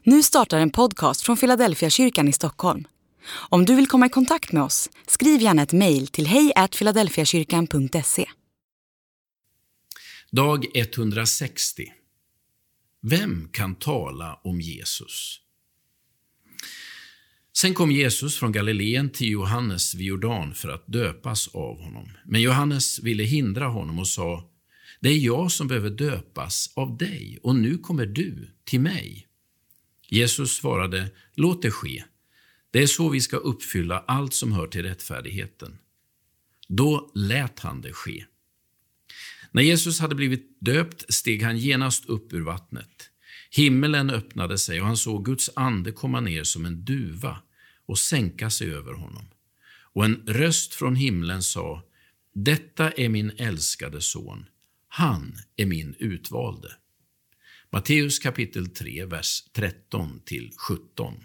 Nu startar en podcast från Philadelphia kyrkan i Stockholm. Om du vill komma i kontakt med oss, skriv gärna ett mejl till hej@philadelphiakyrkan.se. Dag 160. Vem kan tala om Jesus? Sen kom Jesus från Galileen till Johannes vid Jordan för att döpas av honom. Men Johannes ville hindra honom och sa: "Det är jag som behöver döpas av dig, och nu kommer du till mig." Jesus svarade: "Låt det ske. Det är så vi ska uppfylla allt som hör till rättfärdigheten." Då lät han det ske. När Jesus hade blivit döpt steg han genast upp ur vattnet. Himmelen öppnade sig och han såg Guds ande komma ner som en duva och sänka sig över honom. Och en röst från himlen sa: "Detta är min älskade son. Han är min utvalde." Matteus kapitel 3, vers 13-17.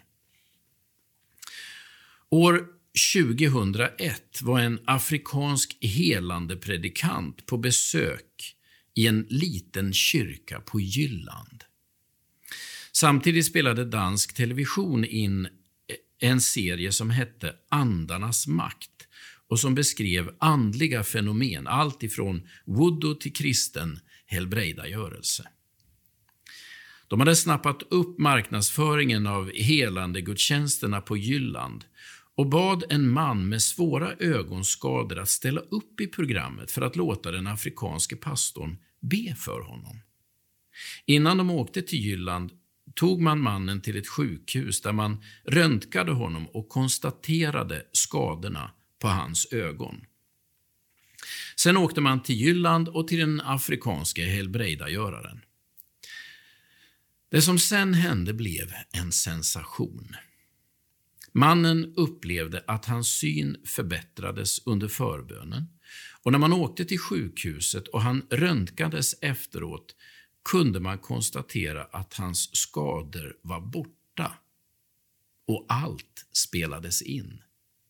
År 2001 var en afrikansk helande predikant på besök i en liten kyrka på Jylland. Samtidigt spelade dansk television in en serie som hette Andarnas makt och som beskrev andliga fenomen, allt ifrån voodoo till kristen helbrägdagörelse. De hade snappat upp marknadsföringen av helande gudstjänsterna på Jylland och bad en man med svåra ögonskador att ställa upp i programmet för att låta den afrikanske pastorn be för honom. Innan de åkte till Jylland tog man mannen till ett sjukhus där man röntgade honom och konstaterade skadorna på hans ögon. Sen åkte man till Jylland och till den afrikanske helbrägdagöraren. Det som sen hände blev en sensation. Mannen upplevde att hans syn förbättrades under förbönen, och när man åkte till sjukhuset och han röntgades efteråt kunde man konstatera att hans skador var borta och allt spelades in.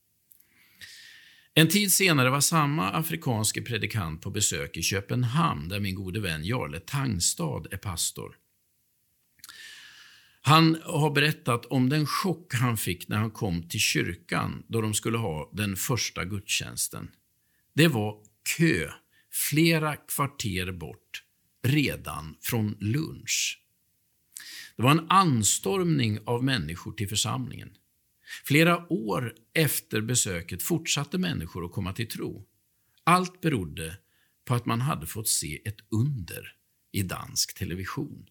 En tid senare var samma afrikanske predikant på besök i Köpenhamn där min gode vän Jarle Tangstad är pastor. Han har berättat om den chock han fick när han kom till kyrkan då de skulle ha den första gudstjänsten. Det var kö flera kvarter bort redan från lunch. Det var en anstormning av människor till församlingen. Flera år efter besöket fortsatte människor att komma till tro. Allt berodde på att man hade fått se ett under i dansk television.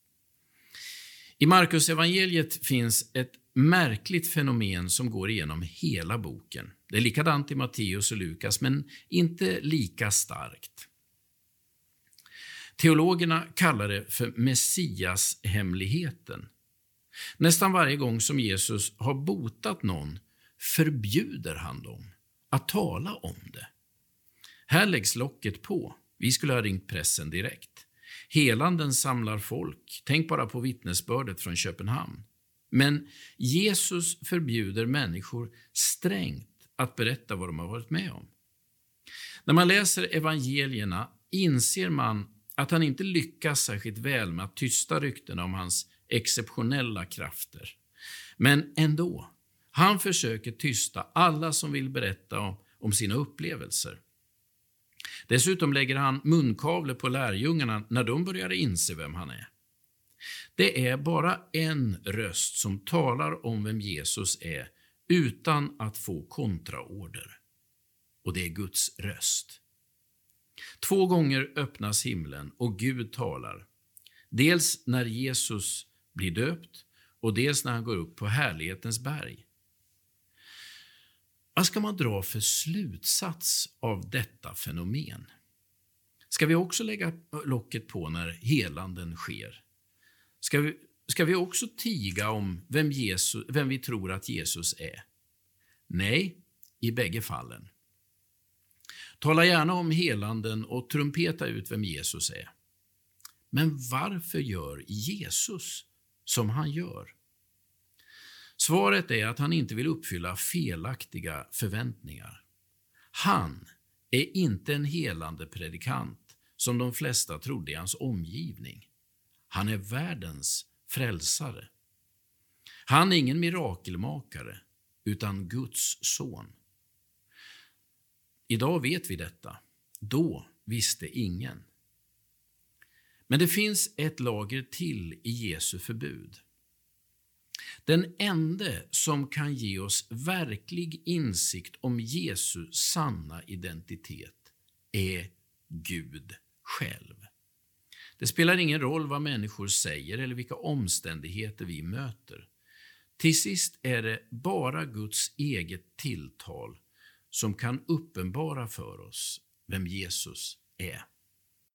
I Markus evangeliet finns ett märkligt fenomen som går igenom hela boken. Det är likadant i Matteus och Lukas, men inte lika starkt. Teologerna kallar det för Messias-hemligheten. Nästan varje gång som Jesus har botat någon förbjuder han dem att tala om det. Här läggs locket på. Vi skulle ha ringt pressen direkt. Helanden samlar folk. Tänk bara på vittnesbördet från Köpenhamn. Men Jesus förbjuder människor strängt att berätta vad de har varit med om. När man läser evangelierna inser man att han inte lyckas särskilt väl med att tysta ryktena om hans exceptionella krafter. Men ändå, han försöker tysta alla som vill berätta om sina upplevelser. Dessutom lägger han munkavle på lärjungarna när de börjar inse vem han är. Det är bara en röst som talar om vem Jesus är utan att få kontraorder. Och det är Guds röst. 2 gånger öppnas himlen och Gud talar. Dels när Jesus blir döpt och dels när han går upp på härlighetens berg. Vad ska man dra för slutsats av detta fenomen? Ska vi också lägga locket på när helanden sker? Ska vi också tiga om vem vi tror att Jesus är? Nej, i bägge fallen. Tala gärna om helanden och trumpeta ut vem Jesus är. Men varför gör Jesus som han gör? Svaret är att han inte vill uppfylla felaktiga förväntningar. Han är inte en helande predikant som de flesta trodde i hans omgivning. Han är världens frälsare. Han är ingen mirakelmakare, utan Guds son. Idag vet vi detta. Då visste ingen. Men det finns ett lager till i Jesu förbud. Den ende som kan ge oss verklig insikt om Jesu sanna identitet är Gud själv. Det spelar ingen roll vad människor säger eller vilka omständigheter vi möter. Till sist är det bara Guds eget tilltal som kan uppenbara för oss vem Jesus är.